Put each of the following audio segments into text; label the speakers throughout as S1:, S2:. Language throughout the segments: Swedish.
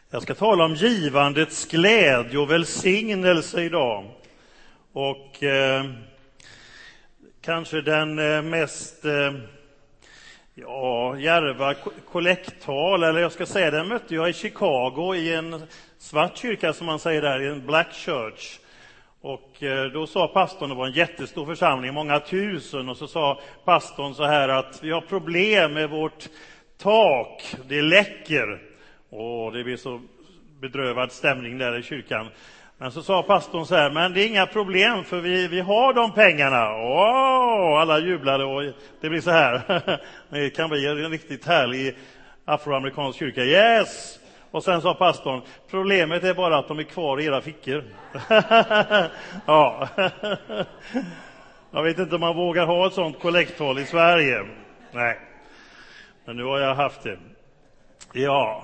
S1: Jag ska tala om givandets glädje och välsignelse idag. Och kanske den mest djärva kollekttal, eller jag ska säga, den mötte jag i Chicago i en svart kyrka som man säger där, i en black church. Och då sa pastorn, det var en jättestor församling, många tusen, och så sa pastorn så här att vi har problem med vårt tak, det läcker. Och det blir så bedrövad stämning där i kyrkan. Men så sa pastorn så här, men det är inga problem för vi har de pengarna. Alla jublade och det blir så här. Det kan bli en riktigt härlig afroamerikansk kyrka. Yes! Och sen sa pastorn, problemet är bara att de är kvar i era fickor. Ja. Jag vet inte om man vågar ha ett sånt kollekttal i Sverige. Nej. Men nu har jag haft det. Ja.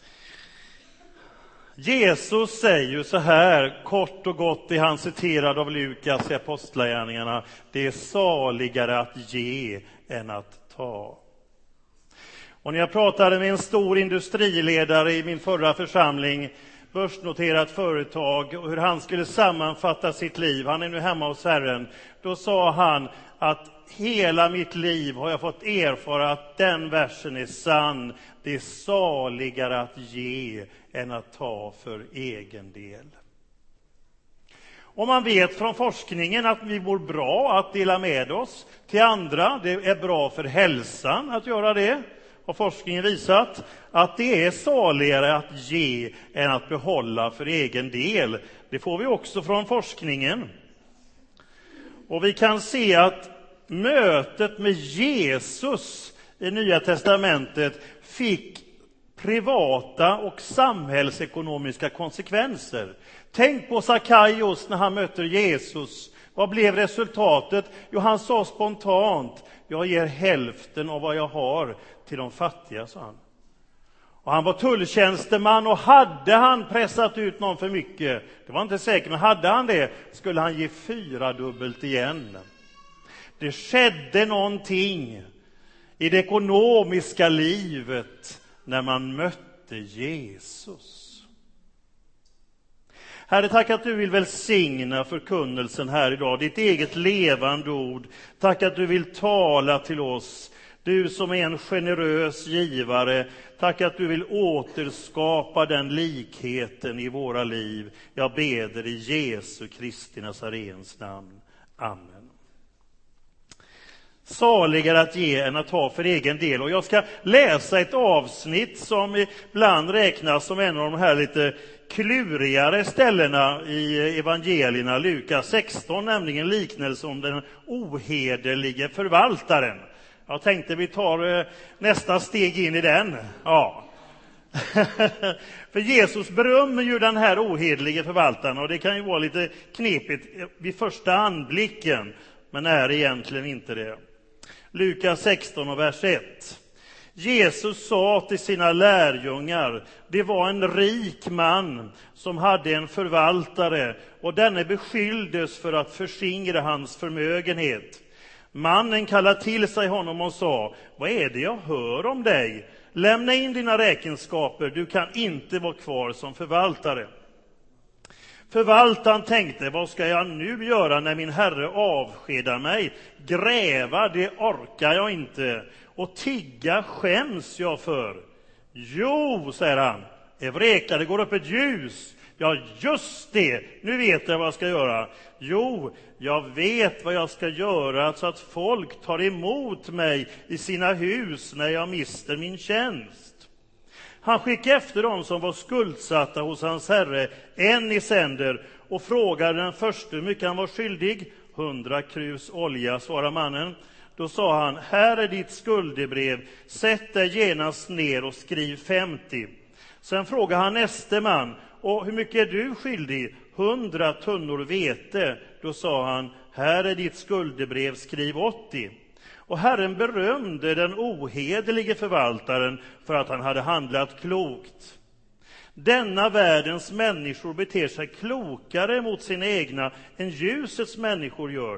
S1: Jesus säger ju så här, kort och gott är han citerad av Lukas i Apostlagärningarna. Det är saligare att ge än att ta. Och när jag pratade med en stor industriledare i min förra församling, börsnoterat företag, och hur han skulle sammanfatta sitt liv, han är nu hemma hos Herren, då sa han att hela mitt liv har jag fått erfara att den versen är sann. Det är saligare att ge än att ta för egen del. Och man vet från forskningen att vi mår bra att dela med oss till andra. Det är bra för hälsan att göra det. Och forskningen visat att det är saligare att ge än att behålla för egen del. Det får vi också från forskningen. Och vi kan se att mötet med Jesus i Nya testamentet fick privata och samhällsekonomiska konsekvenser. Tänk på Sackaios när han möter Jesus. Vad blev resultatet? Jo, han sa spontant, jag ger hälften av vad jag har till de fattiga, sa han. Och han var tulltjänsteman, och hade han pressat ut någon för mycket, det var inte säkert, men hade han det, skulle han ge 4-dubbelt igen. Det skedde någonting i det ekonomiska livet när man mötte Jesus. Herre, tack att du vill välsigna förkunnelsen här idag, ditt eget levande ord. Tack att du vill tala till oss, du som är en generös givare. Tack att du vill återskapa den likheten i våra liv. Jag beder i Jesu Kristi Nazarens namn. Amen. Saligare att ge än att ha för egen del. Och jag ska läsa ett avsnitt som ibland räknas som en av de här lite klurigare ställena i evangelierna. Lukas 16, nämligen liknelse om den ohederlige förvaltaren. Jag tänkte vi tar nästa steg in i den. Ja. För Jesus berömmer ju den här ohederlige förvaltaren, och det kan ju vara lite knepigt vid första anblicken, men är egentligen inte det. Lukas 16 och vers 1. Jesus sa till sina lärjungar, det var en rik man som hade en förvaltare, och denne beskylldes för att förskingra hans förmögenhet. Mannen kallade till sig honom och sa, vad är det jag hör om dig? Lämna in dina räkenskaper, du kan inte vara kvar som förvaltare. Förvaltaren tänkte, vad ska jag nu göra när min herre avskedar mig? Gräva, det orkar jag inte. Och tigga skäms jag för. Jo, säger han, Evreka, det går upp ett ljus. Ja, just det, nu vet jag vad jag ska göra. Jo, jag vet vad jag ska göra så att folk tar emot mig i sina hus när jag mister min tjänst. Han skickade efter dem som var skuldsatta hos hans herre en i sänder och frågade den första hur mycket han var skyldig. 100 krus olja, svarade mannen. Då sa han, här är ditt skuldebrev, sätt dig genast ner och skriv 50. Sen frågade han nästa man, och hur mycket är du skyldig? 100 tunnor vete. Då sa han, här är ditt skuldebrev, skriv 80. Och Herren berömde den ohederlige förvaltaren för att han hade handlat klokt. Denna världens människor beter sig klokare mot sina egna än ljusets människor gör.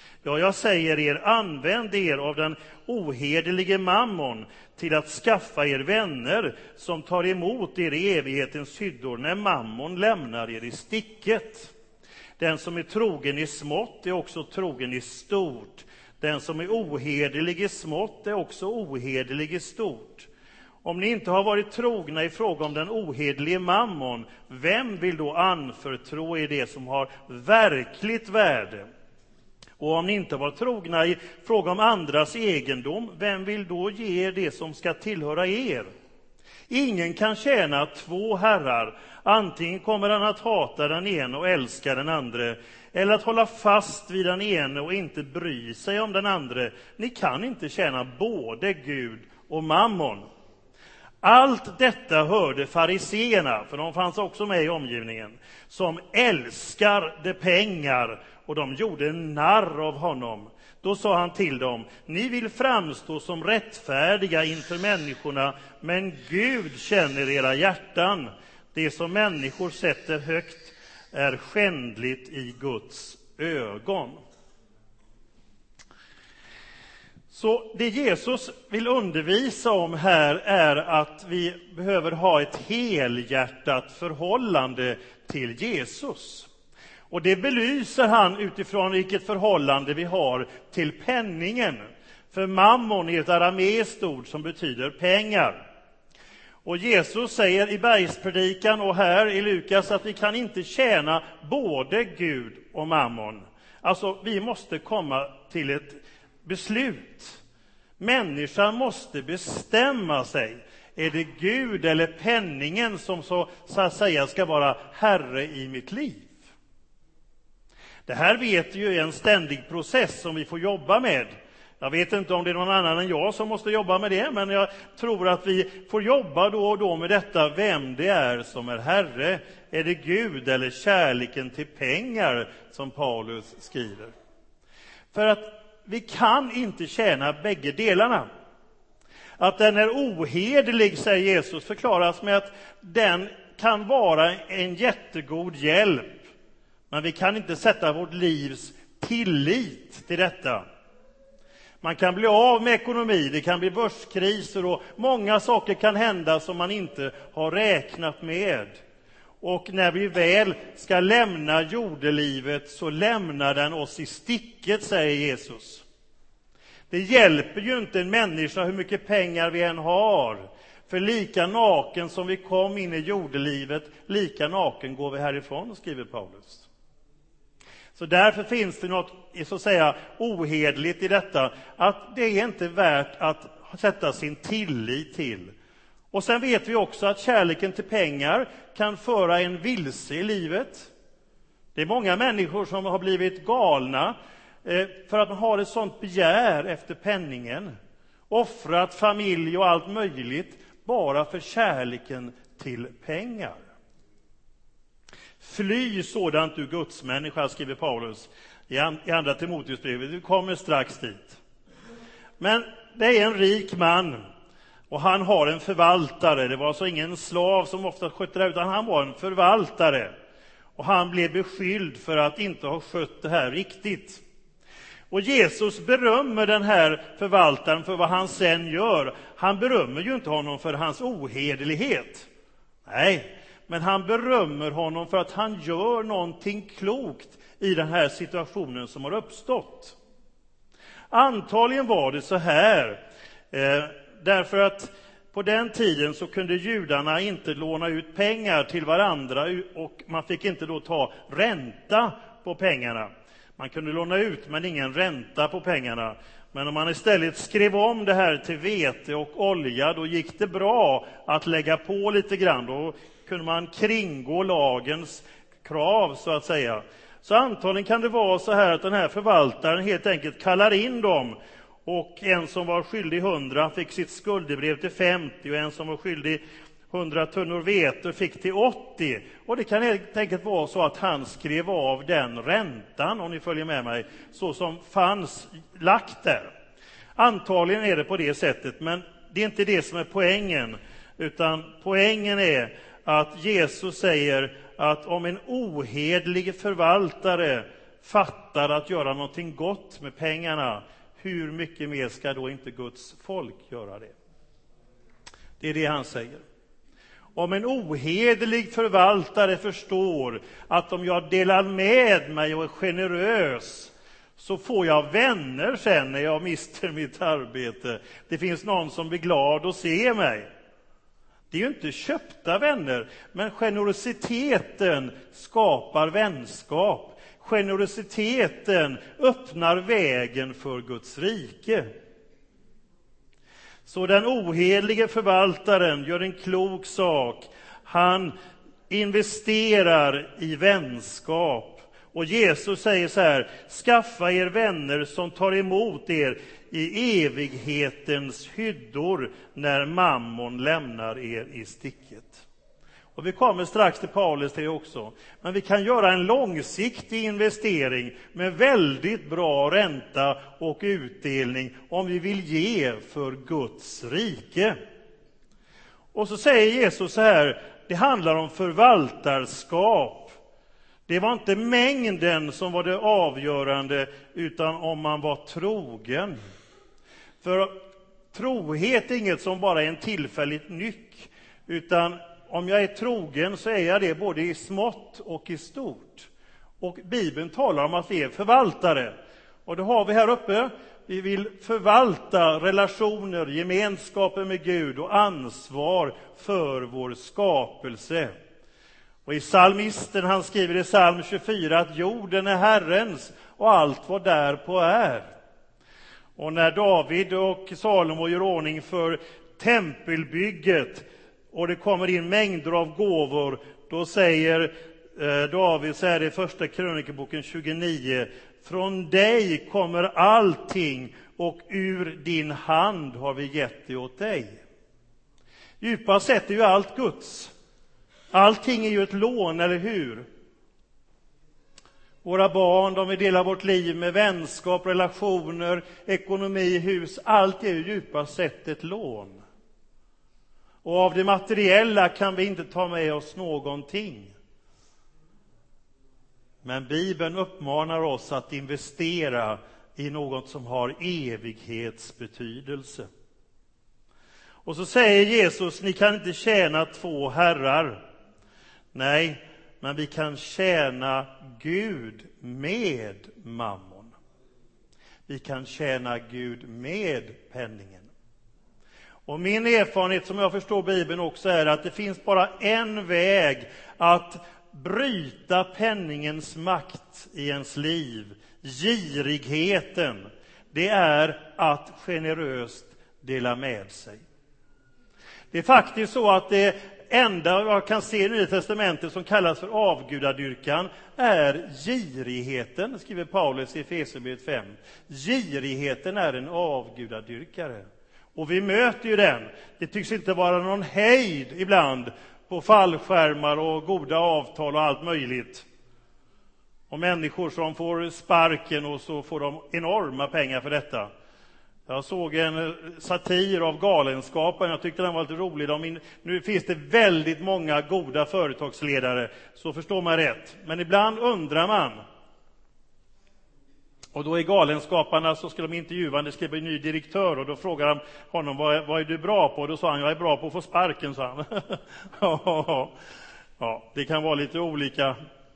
S1: Ja, jag säger er, använd er av den ohederlige mammon till att skaffa er vänner som tar emot er i evighetens hyddor när mammon lämnar er i sticket. Den som är trogen i smått är också trogen i stort. Den som är ohederlig i smått är också ohederlig i stort. Om ni inte har varit trogna i fråga om den ohederlige mammon, vem vill då anförtro er det som har verkligt värde? Och om ni inte var trogna i fråga om andras egendom, vem vill då ge er det som ska tillhöra er? Ingen kan tjäna två herrar. Antingen kommer han att hata den ene och älska den andra, eller att hålla fast vid den ene och inte bry sig om den andra. Ni kan inte tjäna både Gud och mammon. Allt detta hörde fariseerna, för de fanns också med i omgivningen, som älskade pengar, och de gjorde en narr av honom. Då sa han till dem: ni vill framstå som rättfärdiga inför människorna, men Gud känner era hjärtan. Det som människor sätter högt är skändligt i Guds ögon. Så det Jesus vill undervisa om här är att vi behöver ha ett helhjärtat förhållande till Jesus. Och det belyser han utifrån vilket förhållande vi har till penningen. För mammon är ett arameiskt ord som betyder pengar. Och Jesus säger i bergspredikan och här i Lukas att vi kan inte tjäna både Gud och mammon. Alltså vi måste komma till ett beslut. Människan måste bestämma sig. Är det Gud eller penningen som så att säga ska vara herre i mitt liv? Det här vet ju är en ständig process som vi får jobba med. Jag vet inte om det är någon annan än jag som måste jobba med det, men jag tror att vi får jobba då och då med detta, vem det är som är herre. Är det Gud eller kärleken till pengar, som Paulus skriver? För att vi kan inte tjäna bägge delarna. Att den är ohederlig, säger Jesus, förklaras med att den kan vara en jättegod hjälp. Men vi kan inte sätta vårt livs tillit till detta. Man kan bli av med ekonomi, det kan bli börskriser och många saker kan hända som man inte har räknat med. Och när vi väl ska lämna jordelivet så lämnar den oss i sticket, säger Jesus. Det hjälper ju inte en människa hur mycket pengar vi än har. För lika naken som vi kom in i jordelivet, lika naken går vi härifrån, skriver Paulus. Så därför finns det något så att säga ohederligt i detta, att det är inte värt att sätta sin tillit till. Och sen vet vi också att kärleken till pengar kan föra en vilse i livet. Det är många människor som har blivit galna för att man har ett sånt begär efter penningen. Offrat familj och allt möjligt bara för kärleken till pengar. Fly sådant du gudsmänniska, skriver Paulus i andra Timoteusbrevet. Vi kommer strax dit. Men det är en rik man och han har en förvaltare. Det var alltså ingen slav som ofta skötte det, utan han var en förvaltare. Och han blev beskylld för att inte ha skött det här riktigt. Och Jesus berömmer den här förvaltaren för vad han sen gör. Han berömmer ju inte honom för hans ohederlighet. Nej, men han berömmer honom för att han gör någonting klokt i den här situationen som har uppstått. Antagligen var det så här, därför att på den tiden så kunde judarna inte låna ut pengar till varandra och man fick inte då ta ränta på pengarna. Man kunde låna ut men ingen ränta på pengarna. Men om man istället skrev om det här till vete och olja, då gick det bra att lägga på lite grann. Då kunde man kringgå lagens krav så att säga. Så antagligen kan det vara så här att den här förvaltaren helt enkelt kallar in dem. Och en som var skyldig 100 fick sitt skuldebrev till 50 och en som var skyldig 100 tunnor vete fick till 80. Och det kan helt enkelt vara så att han skrev av den räntan, om ni följer med mig, så som fanns lagt där. Antagligen är det på det sättet, men det är inte det som är poängen. Utan poängen är att Jesus säger att om en ohederlig förvaltare fattar att göra någonting gott med pengarna, hur mycket mer ska då inte Guds folk göra det? Det är det han säger. Om en ohederlig förvaltare förstår att om jag delar med mig och är generös, så får jag vänner sen när jag mister mitt arbete. Det finns någon som blir glad att se mig. Det är ju inte köpta vänner, men generositeten skapar vänskap. Generositeten öppnar vägen för Guds rike. Så den ohederlige förvaltaren gör en klok sak. Han investerar i vänskap. Och Jesus säger så här: skaffa er vänner som tar emot er i evighetens hyddor när mammon lämnar er i sticket. Och vi kommer strax till Paulus till också. Men vi kan göra en långsiktig investering med väldigt bra ränta och utdelning om vi vill ge för Guds rike. Och så säger Jesus så här: det handlar om förvaltarskap. Det var inte mängden som var det avgörande, utan om man var trogen. För trohet är inget som bara är en tillfälligt nyck, utan om jag är trogen så är jag det både i smått och i stort. Och Bibeln talar om att vi är förvaltare. Och det har vi här uppe. Vi vill förvalta relationer, gemenskapen med Gud och ansvar för vår skapelse. Och i psalmisten, han skriver i psalm 24 att jorden är Herrens och allt vad därpå är. Och när David och Salomo gör ordning för tempelbygget och det kommer in mängder av gåvor, då säger David så här i första krönikeboken 29: från dig kommer allting och ur din hand har vi gett det åt dig. Djupast sett är ju allt Guds. Allting är ju ett lån, eller hur? Våra barn, de vill dela vårt liv med vänskap, relationer, ekonomi, hus. Allt är ju djupast sett ett lån. Och av det materiella kan vi inte ta med oss någonting. Men Bibeln uppmanar oss att investera i något som har evighetsbetydelse. Och så säger Jesus: ni kan inte tjäna två herrar. Nej, men vi kan tjäna Gud med mammon. Vi kan tjäna Gud med penningen. Och min erfarenhet, som jag förstår Bibeln också, är att det finns bara en väg att bryta penningens makt i ens liv, girigheten. Det är att generöst dela med sig. Det är faktiskt så att det enda jag kan se i Nya testamentet som kallas för avgudadyrkan är girigheten, skriver Paulus i Efesierbrevet 5. Girigheten är en avgudadyrkare. Och vi möter ju den. Det tycks inte vara någon hejd ibland på fallskärmar och goda avtal och allt möjligt. Och människor som får sparken och så får de enorma pengar för detta. Jag såg en satir av Galenskapen. Jag tyckte den var lite rolig. Nu finns det väldigt många goda företagsledare, så förstår man rätt. Men ibland undrar man. Och då i Galenskaparna så skulle de intervjua, det skulle bli en ny direktör. Och då frågar de honom: vad är du bra på? Och då sa han: jag är bra på att få sparken, sa han. Ja, det kan vara lite olika.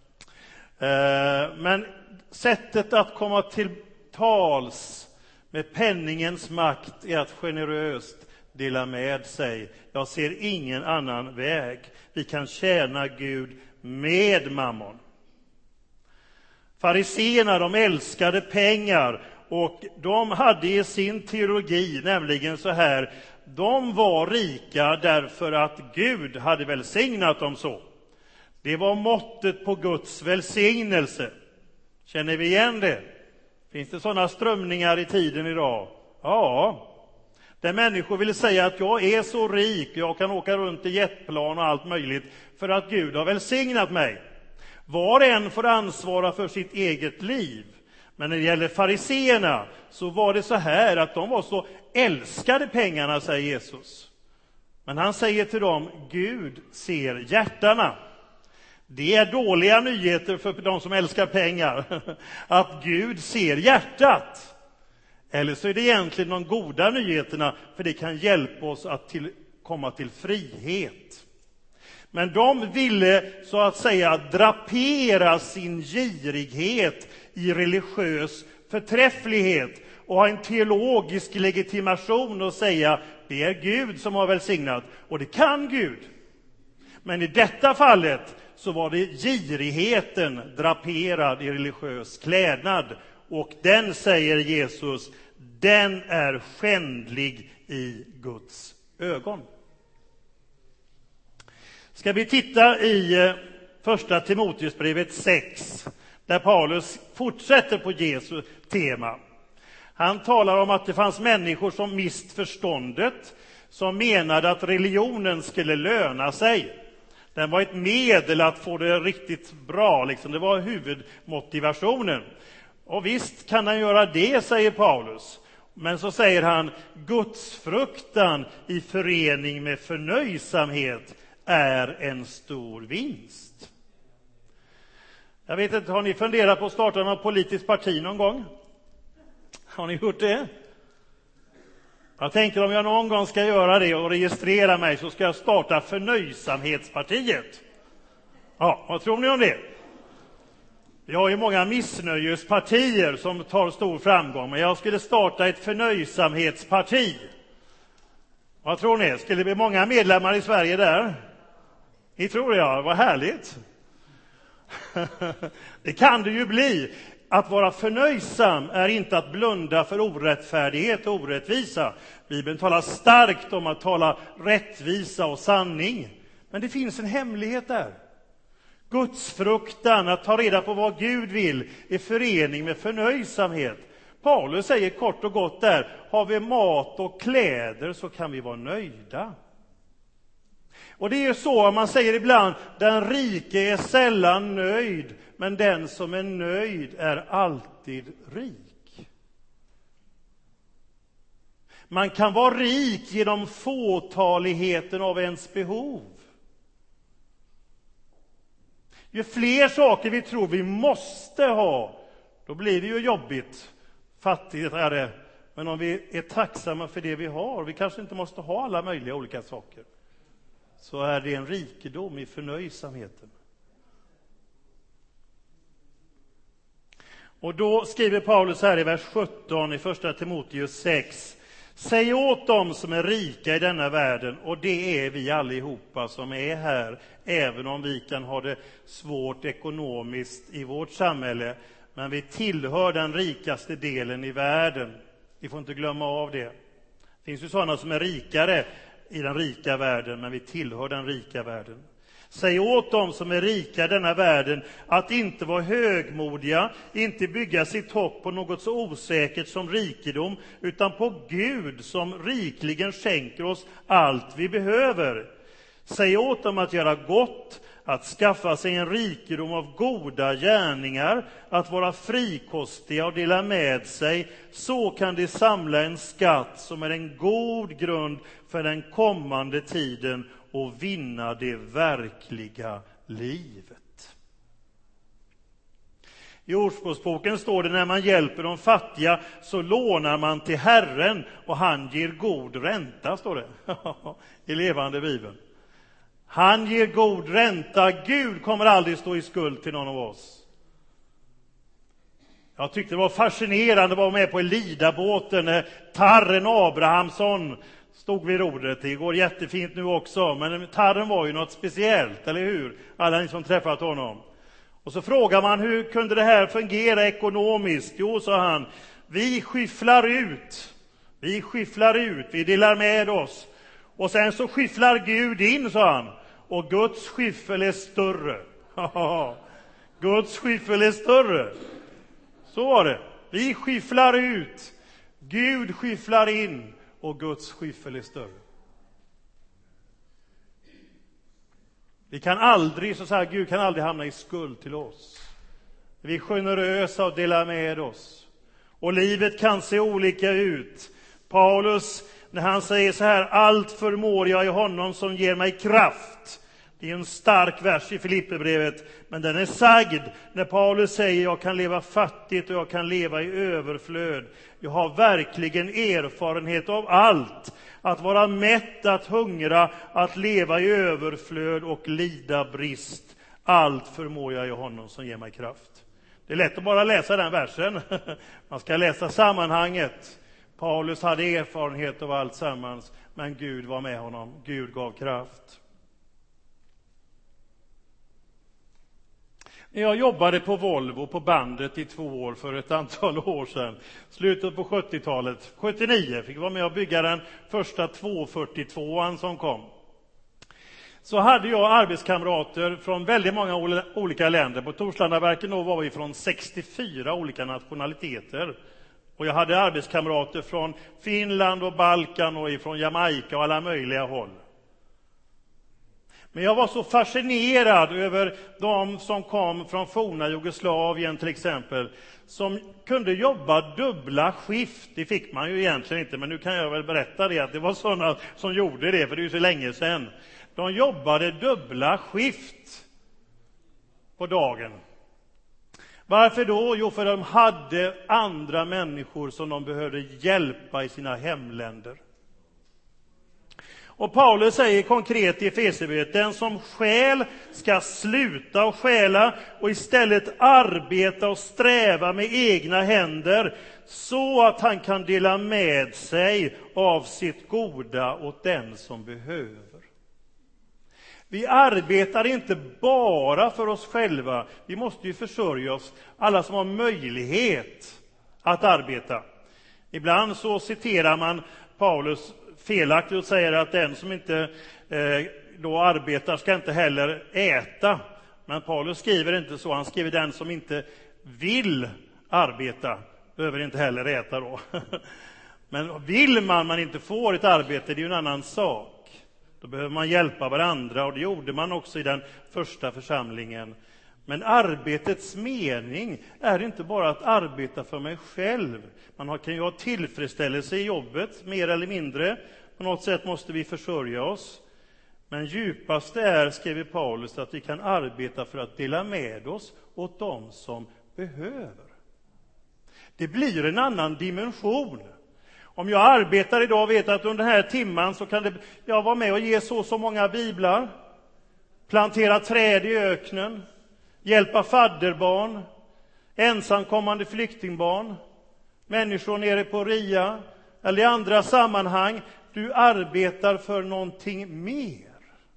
S1: Men sättet att komma till tals med penningens makt är att generöst dela med sig. Jag ser ingen annan väg. Vi kan tjäna Gud med mammon. Fariseerna, de älskade pengar, och de hade i sin teologi nämligen så här: de var rika därför att Gud hade välsignat dem så. Det var måttet på Guds välsignelse. Känner vi igen det? Finns det sådana strömningar i tiden idag? Ja. Där människor vill säga att jag är så rik, jag kan åka runt i jetplan och allt möjligt för att Gud har välsignat mig. Var och en får ansvara för sitt eget liv. Men när det gäller fariseerna så var det så här att de var så älskade pengarna, säger Jesus. Men han säger till dem: Gud ser hjärtarna. Det är dåliga nyheter för de som älskar pengar, att Gud ser hjärtat. Eller så är det egentligen de goda nyheterna, för det kan hjälpa oss att komma till frihet. Men de ville så att säga drapera sin girighet i religiös förträfflighet och ha en teologisk legitimation och säga det är Gud som har välsignat, och det kan Gud. Men i detta fallet så var det girigheten draperad i religiös klädnad, och den, säger Jesus, den är skändlig i Guds ögon. Ska vi titta i första Timoteusbrevet 6, där Paulus fortsätter på Jesu tema. Han talar om att det fanns människor som mist förståndet, som menade att religionen skulle löna sig. Den var ett medel att få det riktigt bra, liksom. Det var huvudmotivationen. Och visst kan han göra det, säger Paulus. Men så säger han, Guds fruktan i förening med förnöjsamhet är en stor vinst. Jag vet inte, har ni funderat på att starta något politiskt parti någon gång? Har ni gjort det? Jag tänker om jag någon gång ska göra det och registrera mig, så ska jag starta Förnöjsamhetspartiet. Ja, vad tror ni om det? Vi har ju många missnöjespartier som tar stor framgång, men jag skulle starta ett förnöjsamhetsparti. Vad tror ni? Skulle det bli många medlemmar i Sverige där? Ni tror jag, vad härligt. Det kan det ju bli. Att vara förnöjsam är inte att blunda för orättfärdighet och orättvisa. Bibeln talar starkt om att tala rättvisa och sanning. Men det finns en hemlighet där. Guds fruktan, att ta reda på vad Gud vill, i förening med förnöjsamhet. Paulus säger kort och gott där, har vi mat och kläder så kan vi vara nöjda. Och det är ju så, man säger ibland, den rike är sällan nöjd, men den som är nöjd är alltid rik. Man kan vara rik genom fåtaligheten av ens behov. Ju fler saker vi tror vi måste ha, då blir det ju jobbigt, fattigare. Men om vi är tacksamma för det vi har, vi kanske inte måste ha alla möjliga olika saker, så är det en rikedom i förnöjsamheten. Och då skriver Paulus här i vers 17 i första Timoteus 6. Säg åt dem som är rika i denna världen, och det är vi allihopa som är här, även om vi kan ha det svårt ekonomiskt i vårt samhälle, men vi tillhör den rikaste delen i världen. Vi får inte glömma av det. Det finns ju sådana som är rikare i den rika världen, men vi tillhör den rika världen. Säg åt dem som är rika i denna världen att inte vara högmodiga, inte bygga sitt hopp på något så osäkert som rikedom, utan på Gud som rikligen skänker oss allt vi behöver. Säg åt dem att göra gott, att skaffa sig en rikedom av goda gärningar, att vara frikostiga och dela med sig. Så kan de samla en skatt som är en god grund för den kommande tiden och vinna det verkliga livet. I Ordspråksboken står det, när man hjälper de fattiga så lånar man till Herren och han ger god ränta, står det i Levande Bibeln. Han ger god ränta. Gud kommer aldrig stå i skuld till någon av oss. Jag tyckte det var fascinerande att vara med på Lidabåten när Tarren Abrahamsson stod vid rodret. Det går jättefint nu också, men Tarren var ju något speciellt, eller hur? Alla ni som träffat honom. Och så frågar man, hur kunde det här fungera ekonomiskt? Jo, sa han, vi skyfflar ut, vi delar med oss. Och sen så skyfflar Gud in, sa han. Och Guds skyffel är större. Guds skyffel är större. Så var det. Vi skyfflar ut. Gud skyfflar in. Och Guds skyffel är större. Vi kan aldrig, så säga, Gud kan aldrig hamna i skuld till oss. Vi är generösa och delar med oss. Och livet kan se olika ut. Paulus, när han säger så här, allt förmår jag i honom som ger mig kraft. Det är en stark vers i Filipperbrevet, men den är sagd när Paulus säger jag kan leva fattigt och jag kan leva i överflöd. Jag har verkligen erfarenhet av allt. Att vara mätt, att hungra, att leva i överflöd och lida brist. Allt förmår jag i honom som ger mig kraft. Det är lätt att bara läsa den versen. Man ska läsa sammanhanget. Paulus hade erfarenhet av allt sammans, men Gud var med honom. Gud gav kraft. Jag jobbade på Volvo på bandet i 2 år för ett antal år sedan. Slutet på 70-talet. 79 fick vara med och bygga den första 242an som kom. Så hade jag arbetskamrater från väldigt många olika länder. På Torslandaverken då var vi från 64 olika nationaliteter. Och jag hade arbetskamrater från Finland och Balkan och från Jamaica och alla möjliga håll. Men jag var så fascinerad över de som kom från forna Jugoslavien till exempel, som kunde jobba dubbla skift. Det fick man ju egentligen inte, men nu kan jag väl berätta det, att det var sådana som gjorde det, för det är ju så länge sedan. De jobbade dubbla skift på dagen. Varför då? Jo, för de hade andra människor som de behövde hjälpa i sina hemländer. Och Paulus säger konkret i Efesierbrevet, den som stjäl ska sluta och stjäla och istället arbeta och sträva med egna händer så att han kan dela med sig av sitt goda åt den som behöver. Vi arbetar inte bara för oss själva, vi måste ju försörja oss, alla som har möjlighet att arbeta. Ibland så citerar man Paulus felaktigt och säger att den som inte då arbetar ska inte heller äta. Men Paulus skriver inte så, han skriver den som inte vill arbeta behöver inte heller äta då. Men vill man inte får ett arbete, det är ju en annan sak. Då behöver man hjälpa varandra, och det gjorde man också i den första församlingen. Men arbetets mening är inte bara att arbeta för mig själv. Man kan ju ha tillfredsställelse i jobbet, mer eller mindre. På något sätt måste vi försörja oss. Men djupast är, skriver Paulus, att vi kan arbeta för att dela med oss åt dem som behöver. Det blir en annan dimension. Om jag arbetar idag och vet att under den här timman så kan jag vara med och ge så många biblar, plantera träd i öknen, hjälpa fadderbarn, ensamkommande flyktingbarn, människor nere på Ria eller i andra sammanhang. Du arbetar för någonting mer.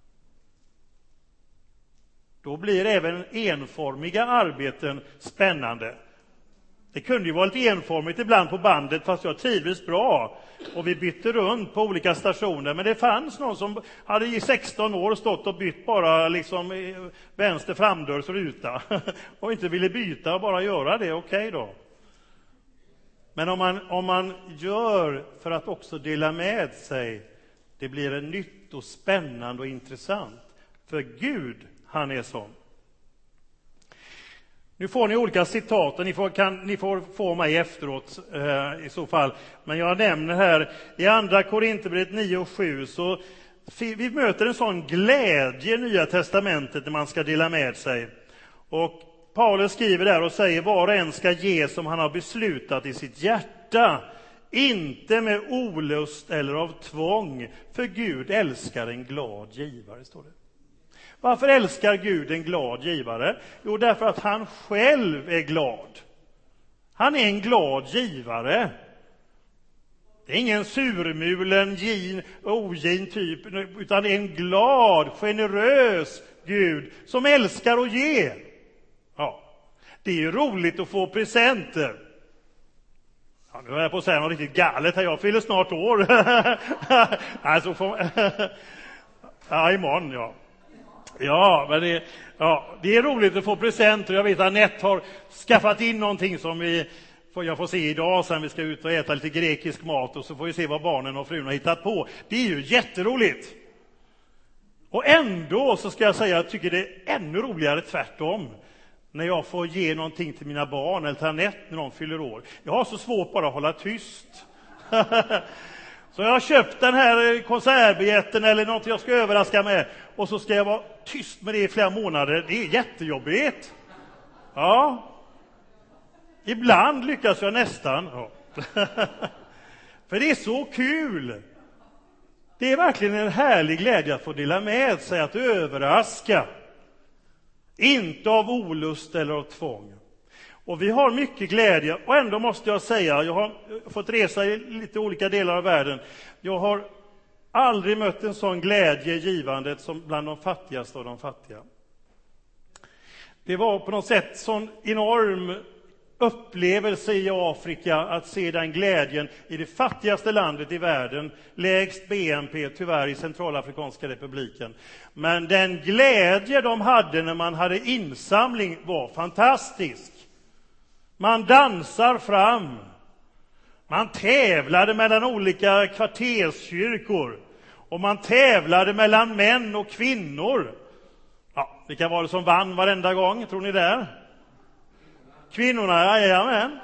S1: Då blir även enformiga arbeten spännande. Det kunde ju vara lite enformigt ibland på bandet, fast jag trivdes bra. Och vi bytte runt på olika stationer. Men det fanns någon som hade i 16 år stått och bytt bara liksom vänster framdörrsruta. Och inte ville byta och bara göra det, okej då. Men om man gör för att också dela med sig, det blir en nytt och spännande och intressant. För Gud, han är sån. Nu får ni olika citat och ni får få mig efteråt i så fall. Men jag nämner här i andra Korinthierbrevet 9 och 7 så vi möter en sån glädje i Nya testamentet när man ska dela med sig. Och Paulus skriver där och säger var och en ska ge som han har beslutat i sitt hjärta. Inte med olust eller av tvång, för Gud älskar en glad givare, står det. Varför älskar Gud en glad givare? Jo, därför att han själv är glad. Han är en glad givare. Det är ingen surmulen, ogin typ, utan en glad, generös Gud som älskar att ge. Ja, det är ju roligt att få presenter. Ja, nu är jag på att säga något riktigt galet här, jag fyller snart år. Alltså, ja, imorgon, ja. Ja, men det är roligt att få presenter. Jag vet att Annette har skaffat in någonting som jag får se idag sen vi ska ut och äta lite grekisk mat och så får vi se vad barnen och frun har hittat på. Det är ju jätteroligt. Och ändå så ska jag säga att jag tycker det är ännu roligare tvärtom när jag får ge någonting till mina barn eller till Annette när de fyller år. Jag har så svårt bara att hålla tyst. Så jag har köpt den här konsertbiljetten eller något jag ska överraska med. Och så ska jag vara tyst med det i flera månader. Det är jättejobbigt. Ja. Ibland lyckas jag nästan. Ja. För det är så kul. Det är verkligen en härlig glädje att få dela med sig, att överraska. Inte av olust eller av tvång. Och vi har mycket glädje, och ändå måste jag säga, jag har fått resa i lite olika delar av världen. Jag har aldrig mött en sån glädje i givandet som bland de fattigaste av de fattiga. Det var på något sätt sån enorm upplevelse i Afrika att se den glädjen i det fattigaste landet i världen, lägst BNP tyvärr i Centralafrikanska republiken. Men den glädje de hade när man hade insamling var fantastisk. Man dansar fram. Man tävlade mellan olika kvarterskyrkor. Och man tävlade mellan män och kvinnor. Ja, vilka var det som vann varenda gång, tror ni där? Kvinnorna, jajamän.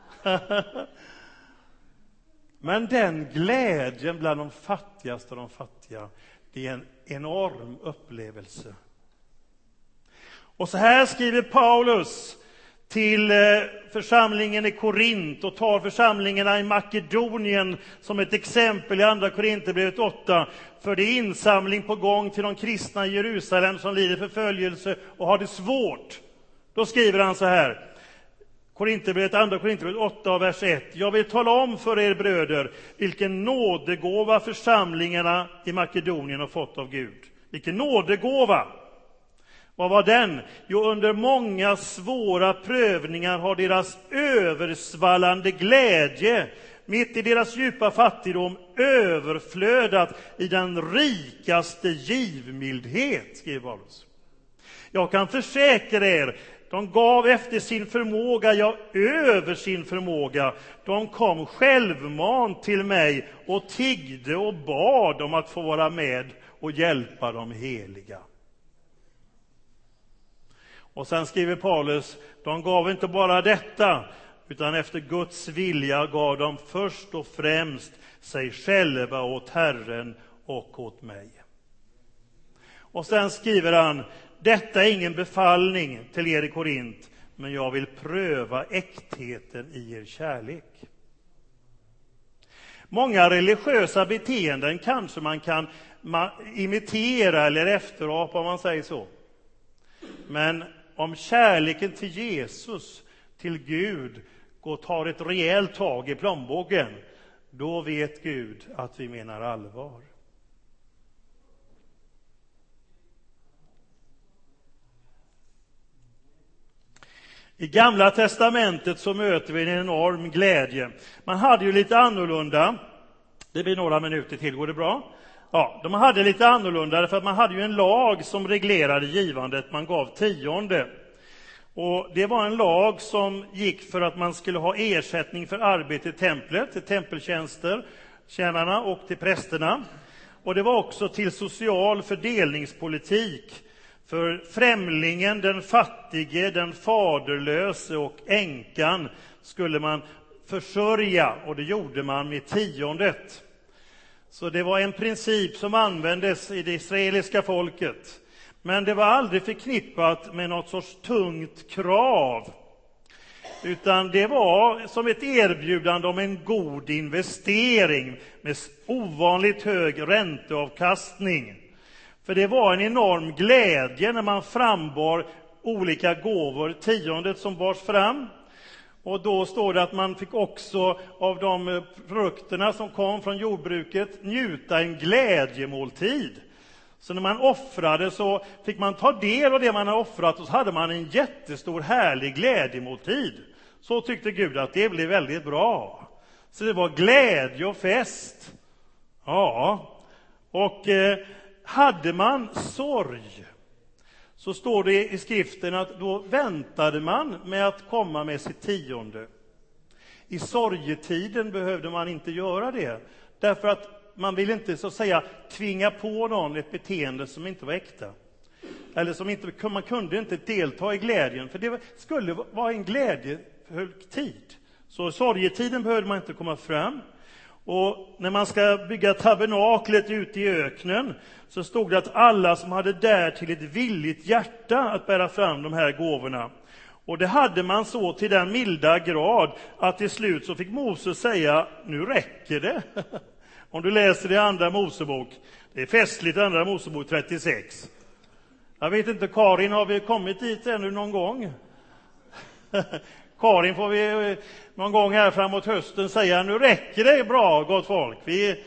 S1: Men den glädjen bland de fattigaste och de fattiga, det är en enorm upplevelse. Och så här skriver Paulus till församlingen i Korint och tar församlingarna i Makedonien som ett exempel i andra Korinthierbrevet 8. För det är insamling på gång till de kristna i Jerusalem som lider förföljelse och har det svårt. Då skriver han så här. Andra Korinthierbrevet 8, vers 1. Jag vill tala om för er bröder vilken nådegåva församlingarna i Makedonien har fått av Gud. Vilken nådegåva! Vad var den? Jo, under många svåra prövningar har deras översvallande glädje mitt i deras djupa fattigdom överflödat i den rikaste givmildhet, skriver Paulus. Jag kan försäkra er, de gav efter sin förmåga, ja, över sin förmåga. De kom självmant till mig och tiggde och bad om att få vara med och hjälpa de heliga. Och sen skriver Paulus, de gav inte bara detta, utan efter Guds vilja gav de först och främst sig själva åt Herren och åt mig. Och sen skriver han, detta är ingen befallning till er i Korint, men jag vill pröva äktheten i er kärlek. Många religiösa beteenden kanske man kan imitera eller efterapa, om man säger så. Men om kärleken till Jesus, till Gud, tar ett rejält tag i plånboken, då vet Gud att vi menar allvar. I Gamla testamentet så möter vi en enorm glädje. Man hade ju lite annorlunda. Det blir några minuter till, går det bra? Ja, de hade lite annorlunda för att man hade ju en lag som reglerade givandet. Man gav 10:e. Och det var en lag som gick för att man skulle ha ersättning för arbete i templet, till tempeltjänster, tjänarna och till prästerna. Och det var också till social fördelningspolitik. För främlingen, den fattige, den faderlöse och änkan skulle man försörja, och det gjorde man med 10:e. Så det var en princip som användes i det israeliska folket. Men det var aldrig förknippat med något sorts tungt krav. Utan det var som ett erbjudande om en god investering med ovanligt hög ränteavkastning. För det var en enorm glädje när man frambar olika gåvor, 10:e som bars fram. Och då står det att man fick också av de frukterna som kom från jordbruket njuta en glädjemåltid. Så när man offrade så fick man ta del av det man hade offrat, och så hade man en jättestor härlig glädjemåltid. Så tyckte Gud att det blev väldigt bra. Så det var glädje och fest. Ja, och hade man sorg så står det i skriften att då väntade man med att komma med sitt 10:e. I sorgetiden behövde man inte göra det, därför att man ville inte så att säga tvinga på någon ett beteende som inte var äkta. Eller som inte, man kunde inte delta i glädjen, för det skulle vara en glädjefull tid. Så i sorgetiden behövde man inte komma fram. Och när man ska bygga tabernaklet ute i öknen så stod det att alla som hade där till ett villigt hjärta att bära fram de här gåvorna. Och det hade man så till den milda grad att till slut så fick Moses säga, nu räcker det. Om du läser det i andra Mosebok, det är festligt, andra Mosebok 36. Jag vet inte, Karin, har vi kommit dit ännu någon gång? Karin får vi någon gång här framåt hösten säga, nu räcker det bra, gott folk.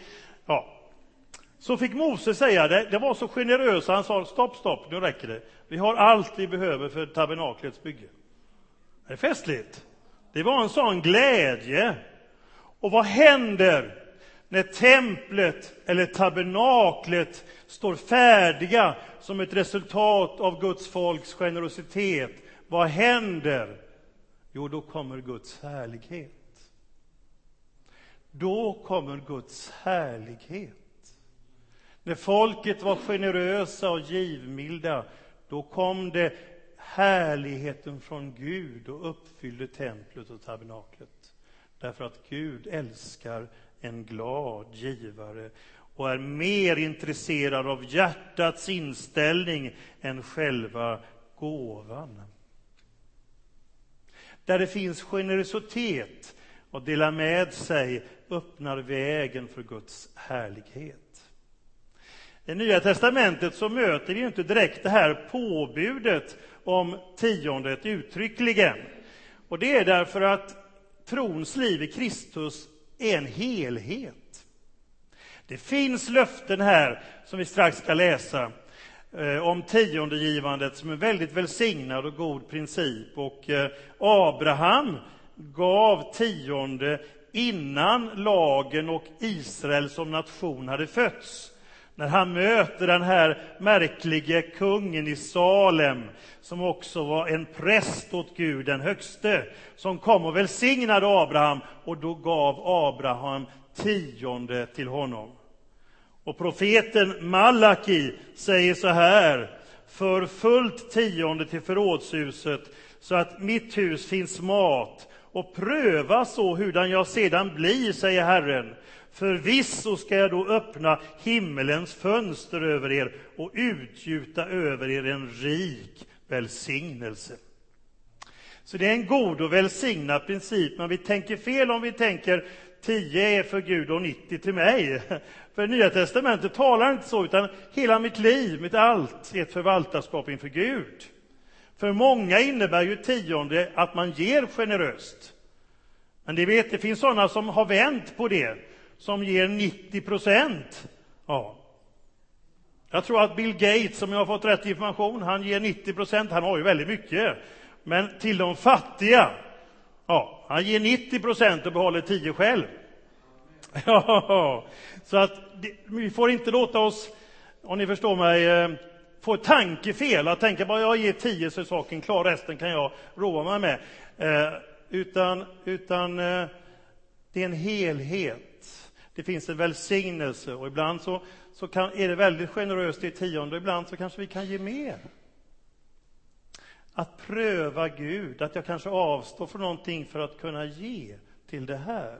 S1: Så fick Moses säga det, det var så generöst, han sa, stopp, nu räcker det. Vi har allt vi behöver för tabernaklets bygge. Det är festligt. Det var en sån glädje. Och vad händer när templet eller tabernaklet står färdiga som ett resultat av Guds folks generositet? Vad händer? Jo, då kommer Guds härlighet. Då kommer Guds härlighet. När folket var generösa och givmilda, då kom det härligheten från Gud och uppfyllde templet och tabernaklet. Därför att Gud älskar en glad givare och är mer intresserad av hjärtats inställning än själva gåvan. Där det finns generositet och dela med sig öppnar vägen för Guds härlighet. I Nya testamentet så möter vi inte direkt det här påbudet om tiondet uttryckligen. Och det är därför att trons liv i Kristus är en helhet. Det finns löften här som vi strax ska läsa om tiondegivandet som är väldigt välsignad och god princip. Och Abraham gav tionde innan lagen och Israel som nation hade fötts. När han möter den här märkliga kungen i Salem, som också var en präst åt Gud den högste, som kom och välsignade Abraham, och då gav Abraham tionde till honom. Och profeten Malaki säger så här: för fullt tionde till förrådshuset, så att mitt hus finns mat, och pröva så hurdan jag sedan blir, säger Herren. Förvisso ska jag då öppna himmelens fönster över er och utgjuta över er en rik välsignelse. Så det är en god och välsignad princip, men vi tänker fel om vi tänker 10 är för Gud och 90 till mig. För Nya testamentet talar inte så, utan hela mitt liv, mitt allt är ett förvaltarskap inför Gud. För många innebär ju tionde att man ger generöst. Men det finns sådana som har vänt på det, som ger 90%. Ja. Jag tror att Bill Gates, som jag har fått rätt information, han ger 90%. Han har ju väldigt mycket. Men till de fattiga, ja, han ger 90% och behåller 10 själv. Ja, så att vi får inte låta oss, om ni förstår mig, få ett tankefel. Att tänka bara jag ger 10 så är saken klar, resten kan jag roa mig med. Utan det är en helhet. Det finns en välsignelse, och ibland så är det väldigt generöst i tionde, och ibland så kanske vi kan ge mer. Att pröva Gud, att jag kanske avstår från någonting för att kunna ge till det här.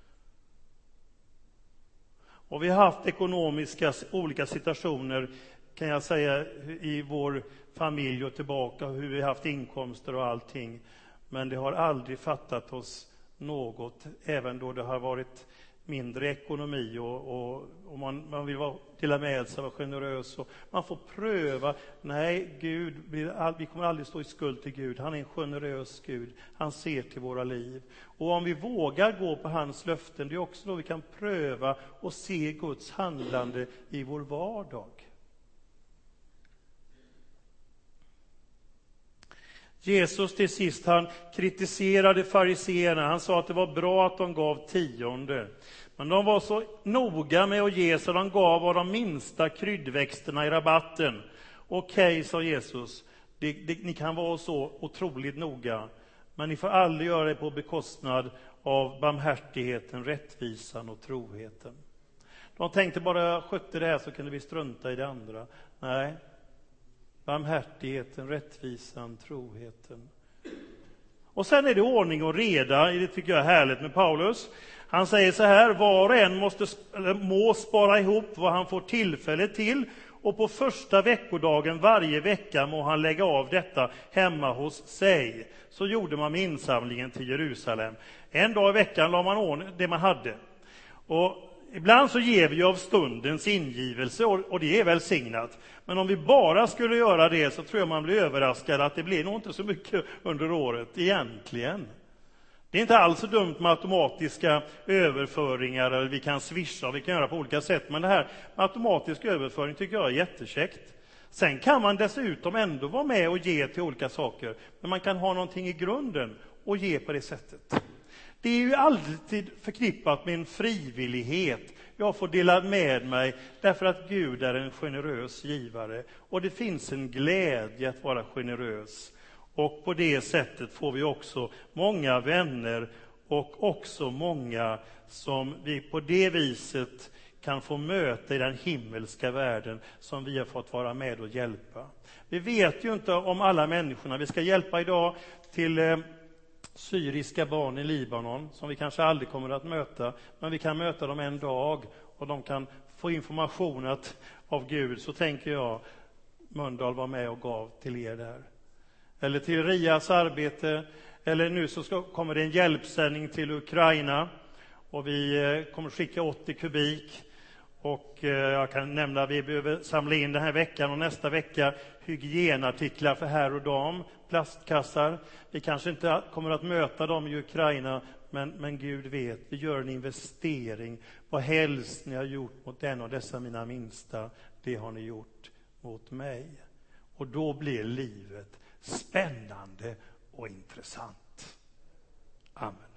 S1: Och vi har haft ekonomiska olika situationer, kan jag säga, i vår familj och tillbaka, hur vi har haft inkomster och allting. Men det har aldrig fattat oss något, även då det har varit mindre ekonomi och man vill dela med sig, vara generös, och man får pröva. Nej, vi kommer aldrig stå i skuld till Gud. Han är en generös Gud. Han ser till våra liv. Och om vi vågar gå på hans löften, det är också då vi kan pröva och se Guds handlande i vår vardag. Jesus till sist, han kritiserade fariseerna. Han sa att det var bra att de gav tionde. Men de var så noga med att ge, så de gav av de minsta kryddväxterna i rabatten. Okej, sa Jesus, ni kan vara så otroligt noga, men ni får aldrig göra det på bekostnad av barmhärtigheten, rättvisan och troheten. De tänkte bara skötte det här så kunde vi strunta i det andra. Nej. Barmhärtigheten, rättvisan, troheten. Och sen är det ordning och reda, det tycker jag är härligt med Paulus. Han säger så här: var och en må spara ihop vad han får tillfälle till, och på första veckodagen varje vecka må han lägga av detta hemma hos sig. Så gjorde man med insamlingen till Jerusalem. En dag i veckan la man ordning det man hade. Och ibland så ger vi av stundens ingivelse, och det är välsignat. Men om vi bara skulle göra det, så tror jag man blir överraskad att det blir nog inte så mycket under året egentligen. Det är inte alls så dumt med automatiska överföringar, eller vi kan swisha, vi kan göra på olika sätt. Men det här med automatisk överföring tycker jag är jättekäckt. Sen kan man dessutom ändå vara med och ge till olika saker. Men man kan ha någonting i grunden och ge på det sättet. Det är ju alltid förknippat med en frivillighet. Jag får dela med mig därför att Gud är en generös givare. Och det finns en glädje att vara generös. Och på det sättet får vi också många vänner, och också många som vi på det viset kan få möta i den himmelska världen som vi har fått vara med och hjälpa. Vi vet ju inte om alla människorna. Vi ska hjälpa idag till syriska barn i Libanon som vi kanske aldrig kommer att möta, men vi kan möta dem en dag och de kan få information av Gud. Så tänker jag, Mölndal var med och gav till er där. Eller till Rias arbete, eller nu så kommer det en hjälpsändning till Ukraina, och vi kommer skicka 80 kubik. Och jag kan nämna att vi behöver samla in den här veckan och nästa vecka hygienartiklar för herr och dam, plastkassar. Vi kanske inte kommer att möta dem i Ukraina, men Gud vet, vi gör en investering. Vad helst ni har gjort mot en av dessa mina minsta, det har ni gjort mot mig. Och då blir livet spännande och intressant. Amen.